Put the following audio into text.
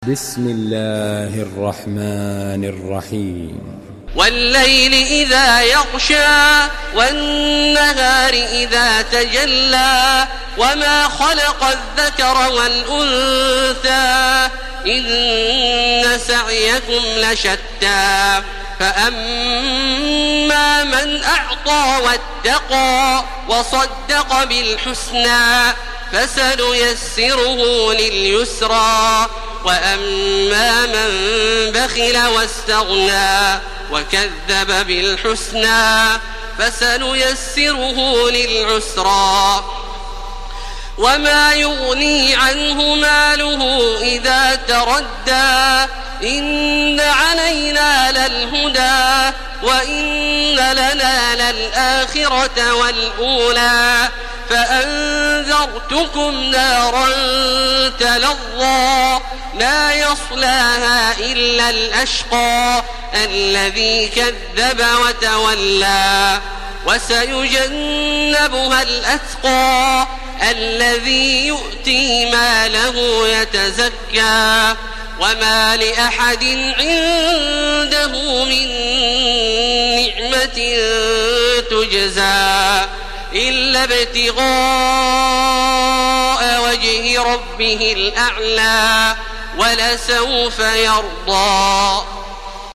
بسم الله الرحمن الرحيم والليل إذا يغشى والنهار إذا تجلى وما خلق الذكر والأنثى إن سعيكم لشتى فأما من أعطى واتقى وصدق بالحسنى فسنيسره لليسرى وأما من بخل واستغنى وكذب بالحسنى فسنيسره للعسرى وما يغني عنه ماله إذا تردى إن علينا للهدى وإن لنا للآخرة والأولى فأنذرتكم نارا تلظى لا يصلاها إلا الأشقى الذي كذب وتولى وسيجنبها الأتقى الذي يؤتي ماله يتزكى وما لأحد عنده من نعمة تجزى إلا ابتغاء وجه ربه الأعلى ولسوف يرضى.